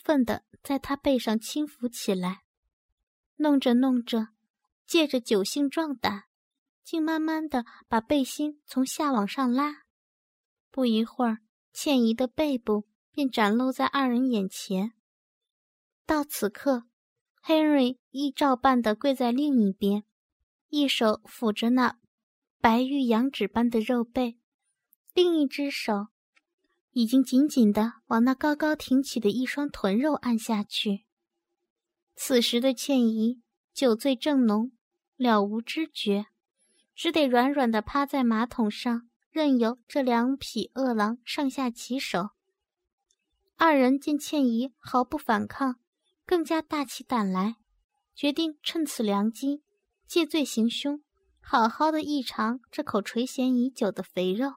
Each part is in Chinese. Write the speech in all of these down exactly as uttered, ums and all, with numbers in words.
奋地在他背上轻抚起来，弄着弄着，借着酒性壮胆，竟慢慢地把背心从下往上拉。不一会儿，倩怡的背部便展露在二人眼前。到此刻，Henry 依照般地跪在另一边，一手抚着那白玉羊脂般的肉背，另一只手已经紧紧地往那高高挺起的一双臀肉按下去。此时的倩怡酒醉正浓，了无知觉，只得软软地趴在马桶上，任由这两匹恶狼上下其手。二人见倩怡毫不反抗，更加大起胆来，决定趁此良机借醉行凶，好好的一尝这口垂涎已久的肥肉。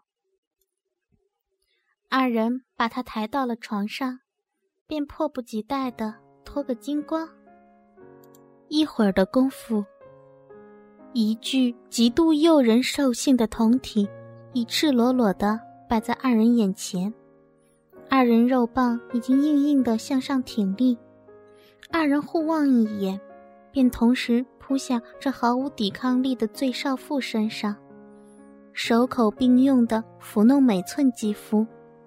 二人把他抬到了床上，便迫不及待地脱个精光。一会儿的功夫，一具极度诱人兽性的酮体已赤裸裸地摆在二人眼前，二人肉棒已经硬硬地向上挺立。二人互望一眼，便同时扑向这毫无抵抗力的醉少妇身上，手口并用地抚弄每寸肌肤。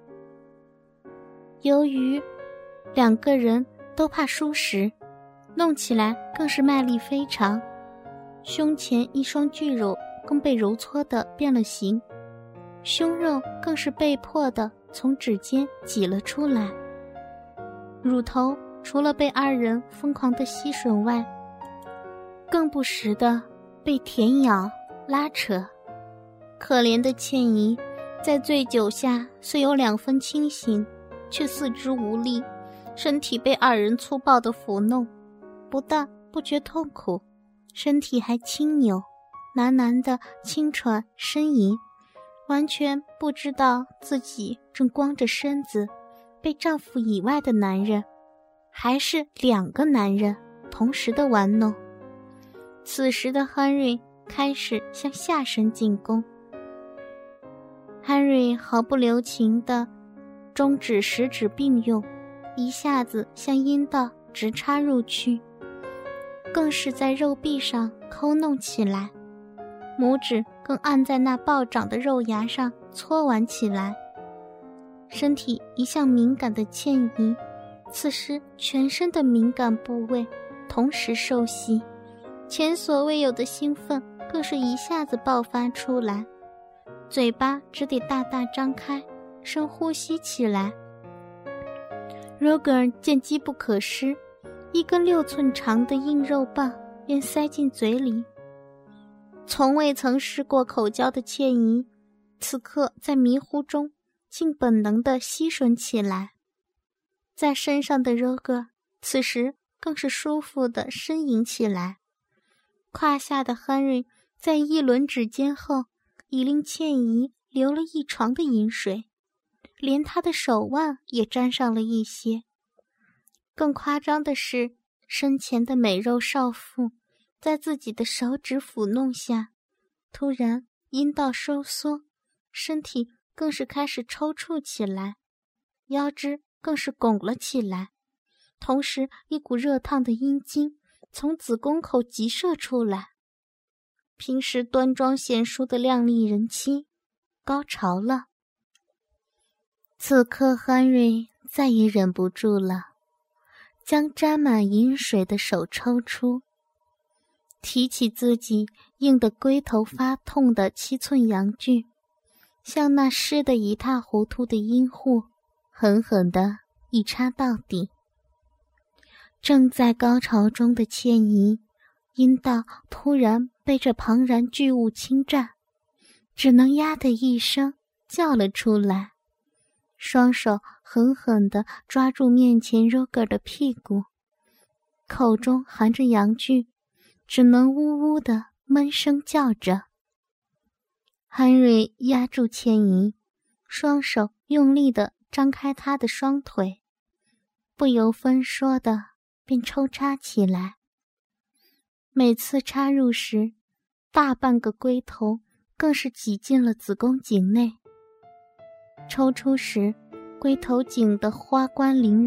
由于两个人都怕输实，弄起来更是卖力非常，胸前一双巨乳更被揉搓得变了形，胸肉更是被迫地从指尖挤了出来。乳头除了被二人疯狂地吸吮外，更不时地被舔咬拉扯。可怜的倩怡在醉酒下虽有两分清醒，却四肢无力，身体被二人粗暴地抚弄，不但不觉痛苦，身体还轻扭，喃喃地轻喘呻吟，完全不知道自己正光着身子被丈夫以外的男人，还是两个男人同时的玩弄。此时的 Henry 开始向下身进攻。 Henry 毫不留情地中指食指并用，一下子向阴道直插入去，更是在肉壁上抠弄起来，拇指更按在那暴涨的肉芽上搓玩起来。身体一向敏感的倩怡，此时全身的敏感部位同时受袭，前所未有的兴奋更是一下子爆发出来，嘴巴只得大大张开，深呼吸起来。 Roger 见机不可失，一根六寸长的硬肉棒便塞进嘴里。从未曾试过口交的倩怡，此刻在迷糊中竟本能地吸吮起来。在身上的 Roger 此时更是舒服地呻吟起来。胯下的 Henry 在一轮指尖后，已令倩怡流了一床的饮水，连他的手腕也沾上了一些。更夸张的是，身前的美肉少妇在自己的手指抚弄下，突然阴道收缩，身体更是开始抽搐起来，腰肢更是拱了起来，同时一股热烫的阴茎从子宫口急射出来。平时端庄贤淑的靓丽人妻高潮了。此刻 Henry 再也忍不住了，将沾满饮水的手抽出，提起自己硬得龟头发痛的七寸阳具，向那湿得一塌糊涂的阴户狠狠地一插到底。正在高潮中的倩怡，阴道突然被这庞然巨物侵占，只能呀的一声叫了出来，双手狠狠地抓住面前 Roger 的屁股，口中含着阳具，只能呜呜地闷声叫着。Henry 压住倩怡，双手用力地张开她的双腿，不由分说的便抽插起来。每次插入时，大半个龟头更是挤进了子宫颈内。抽出时，龟头颈的花冠鳞肉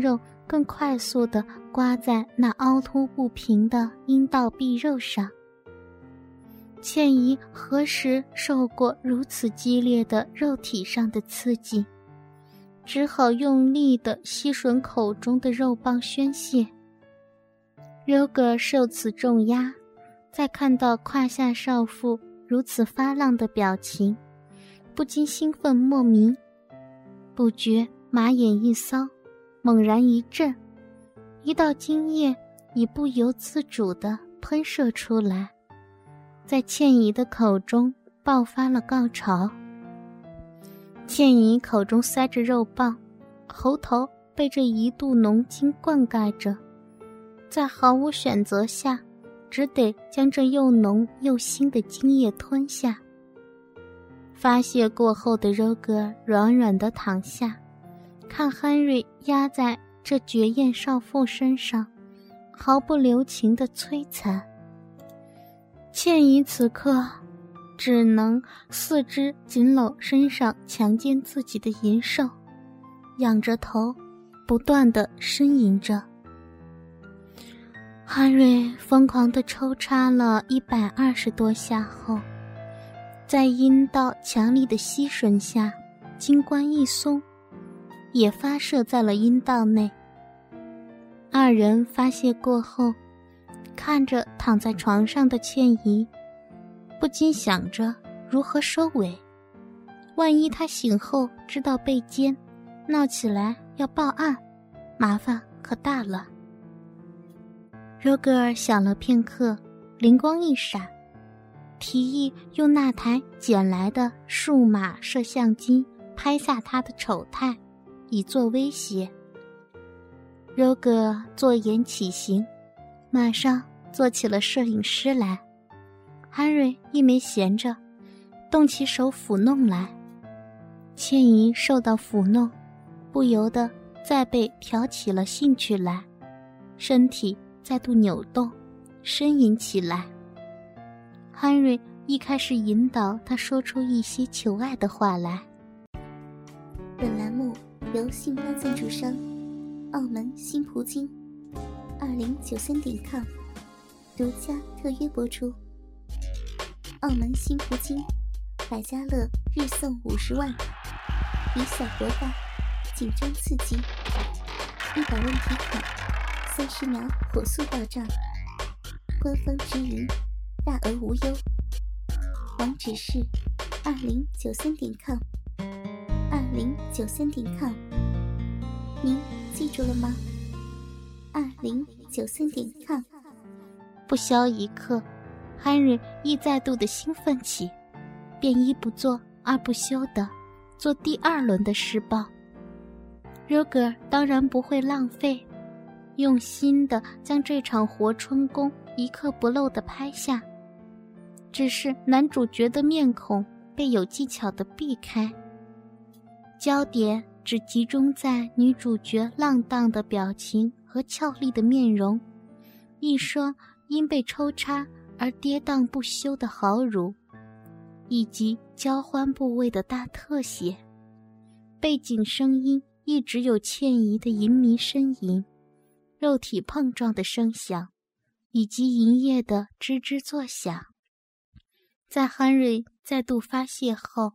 更快速地刮在那凹凸不平的阴道壁肉上。倩怡何时受过如此激烈的肉体上的刺激，只好用力地吸吮口中的肉棒宣泄。Roger受此重压，再看到胯下少妇如此发浪的表情，不禁兴奋莫名，不觉马眼一搔，猛然一震，一道精液已不由自主地喷射出来，在倩怡的口中爆发了高潮。倩怡口中塞着肉棒，喉头被这一肚浓精灌溉着，在毫无选择下，只得将这又浓又腥的精液吞下。发泄过后的Roger软软地躺下，看Henry压在这绝艳少妇身上，毫不留情地摧残。倩怡此刻只能四肢紧搂身上强奸自己的淫兽，仰着头不断地呻吟着。Henry疯狂地抽插了一百二十多下后，在阴道强力的吸吮下，精关一松，也发射在了阴道内。二人发泄过后，看着躺在床上的倩怡，不禁想着如何收尾。万一她醒后知道被奸，闹起来要报案，麻烦可大了。Roger想了片刻，灵光一闪，提议用那台捡来的数码摄像机拍下他的丑态，以作威胁。Roger坐言起行，马上做起了摄影师来。Henry一没闲着，动起手抚弄来。倩怡受到抚弄，不由得再被挑起了兴趣来，身体再度扭动，呻吟起来。Henry一开始引导他说出一些求爱的话来。 本栏目由信发赞助商澳门新葡京二零九三点 com 独家特约播出。澳门新葡京百家乐日送五十万，以小博大，紧张刺激，一百问题卡，三十秒火速到账，官方直营，大额无忧。网址是二零九三点 com， 二零九三点 com， 您记住了吗？二零九三点 com。 不消一刻，Henry亦再度的兴奋起，便一不做二不休的做第二轮的施暴。Roger当然不会浪费，用心的将这场活春宫一刻不漏的拍下，只是男主角的面孔被有技巧的避开，焦点只集中在女主角浪荡的表情和俏丽的面容，一双因被抽插而跌宕不休的好乳，以及交欢部位的大特写。背景声音一直有倩怡的淫迷呻吟，肉体碰撞的声响，以及银叶的吱吱作响。在 Henry 再度发泄后，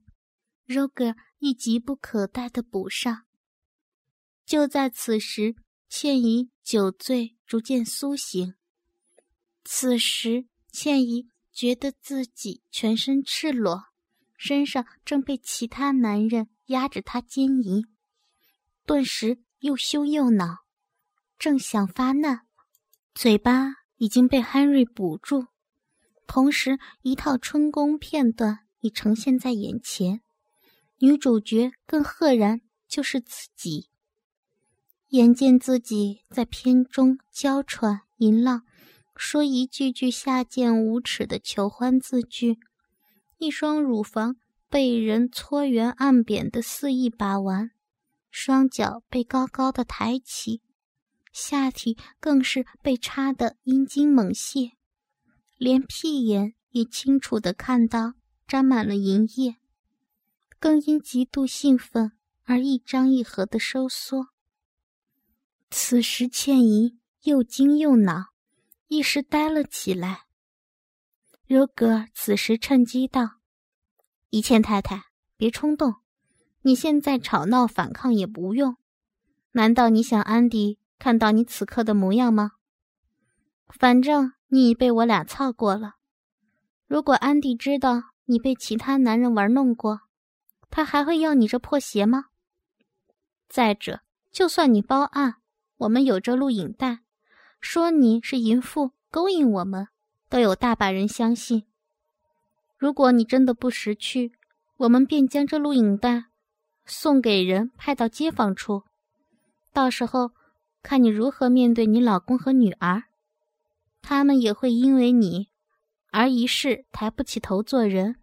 Roger 亦急不可待地补上。就在此时，倩怡酒醉逐渐苏醒。此时倩怡觉得自己全身赤裸，身上正被其他男人压着她奸淫，顿时又羞又恼，正想发难，嘴巴已经被 Henry 捕住，同时一套春宫片段已呈现在眼前，女主角更赫然就是自己。眼见自己在片中娇喘淫浪，说一句句下贱无耻的求欢字句，一双乳房被人搓圆按扁的肆意把玩，双脚被高高的抬起，下体更是被插得阴茎猛泻，连屁眼也清楚地看到沾满了银液，更因极度兴奋而一张一合的收缩。 此时倩怡又惊又恼，一时呆了起来。柔格尔此时趁机道：怡倩太太，别冲动，你现在吵闹反抗也不用。难道你想安迪看到你此刻的模样吗？反正你已被我俩操过了，如果安迪知道你被其他男人玩弄过，他还会要你这破鞋吗？再者，就算你报案，我们有着录影带，说你是淫妇勾引我们，都有大把人相信。如果你真的不识趣，我们便将这录影带送给人派到街坊处，到时候看你如何面对你老公和女儿，他们也会因为你而一世抬不起头做人。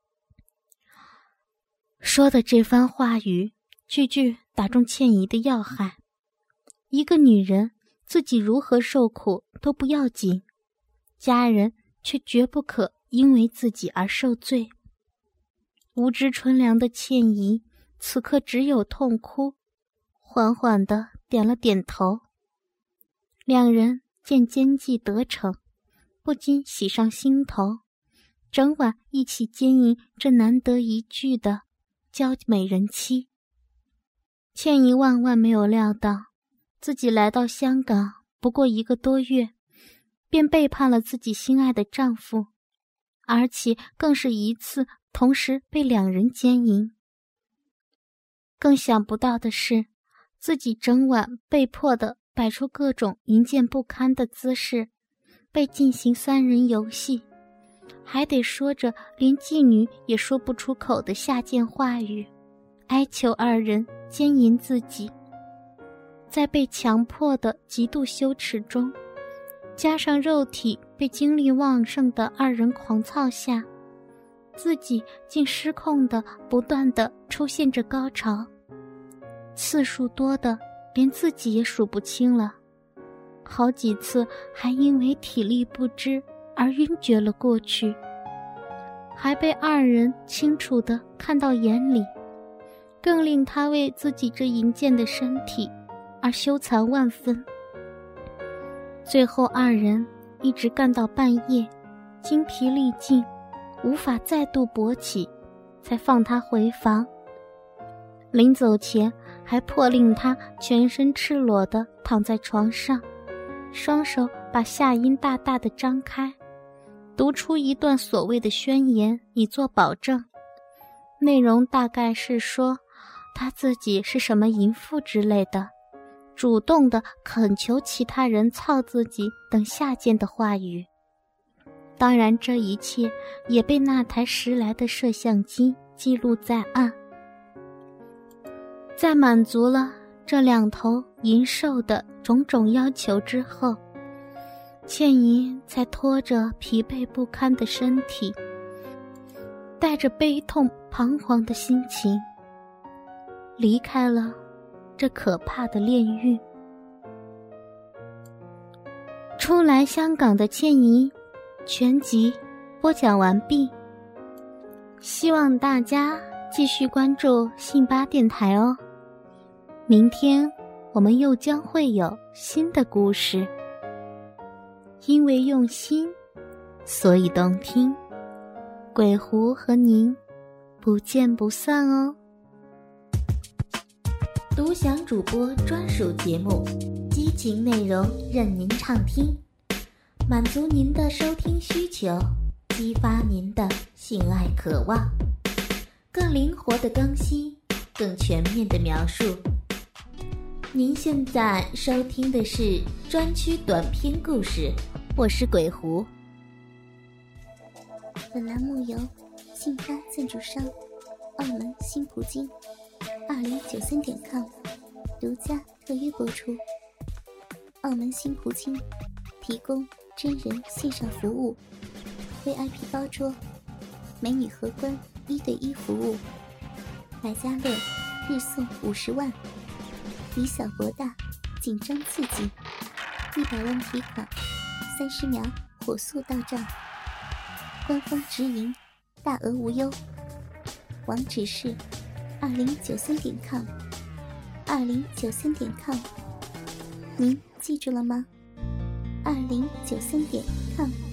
说的这番话语句句打中倩怡的要害。一个女人自己如何受苦都不要紧，家人却绝不可因为自己而受罪。无知纯良的倩怡此刻只有痛哭，缓缓地点了点头。两人见奸计得逞，不禁喜上心头，整晚一起奸淫这难得一聚的娇美人妻。倩怡万万没有料到，自己来到香港不过一个多月，便背叛了自己心爱的丈夫，而且更是一次同时被两人奸淫。更想不到的是，自己整晚被迫地摆出各种淫贱不堪的姿势，被进行三人游戏，还得说着连妓女也说不出口的下贱话语，哀求二人奸淫自己。在被强迫的极度羞耻中，加上肉体被精力旺盛的二人狂操下，自己竟失控的不断的出现着高潮，次数多的连自己也数不清了，好几次还因为体力不支而晕厥了过去，还被二人清楚地看到眼里，更令他为自己这淫贱的身体而羞惭万分。最后二人一直干到半夜，精疲力尽，无法再度勃起，才放他回房。临走前还迫令他全身赤裸地躺在床上，双手把下阴大大的张开，读出一段所谓的宣言以作保证，内容大概是说他自己是什么淫妇之类的，主动地恳求其他人操自己等下贱的话语。当然这一切也被那台拾来的摄像机记录在案。在满足了这两头淫兽的种种要求之后，倩怡才拖着疲惫不堪的身体，带着悲痛彷徨的心情，离开了这可怕的炼狱。初来香港的倩怡全集播讲完毕，希望大家继续关注信巴电台哦。明天我们又将会有新的故事，因为用心，所以动听。鬼狐和您不见不散哦。独享主播专属节目，激情内容任您畅听，满足您的收听需求，激发您的性爱渴望，更灵活的更新，更全面的描述。您现在收听的是专区短篇故事，我是鬼狐。 本栏目由信发赞助商澳门新葡京二零九三点 com 独家特约播出。澳门新葡京提供真人线上服务， V I P 包桌，美女荷官一对一服务，百家乐日送五十万，以小博大，紧张刺激，一百万提款，三十秒火速到账，官方直营，大额无忧。网址是二零九三点 com， 二零九三点 com。 您记住了吗？二零九三点 com。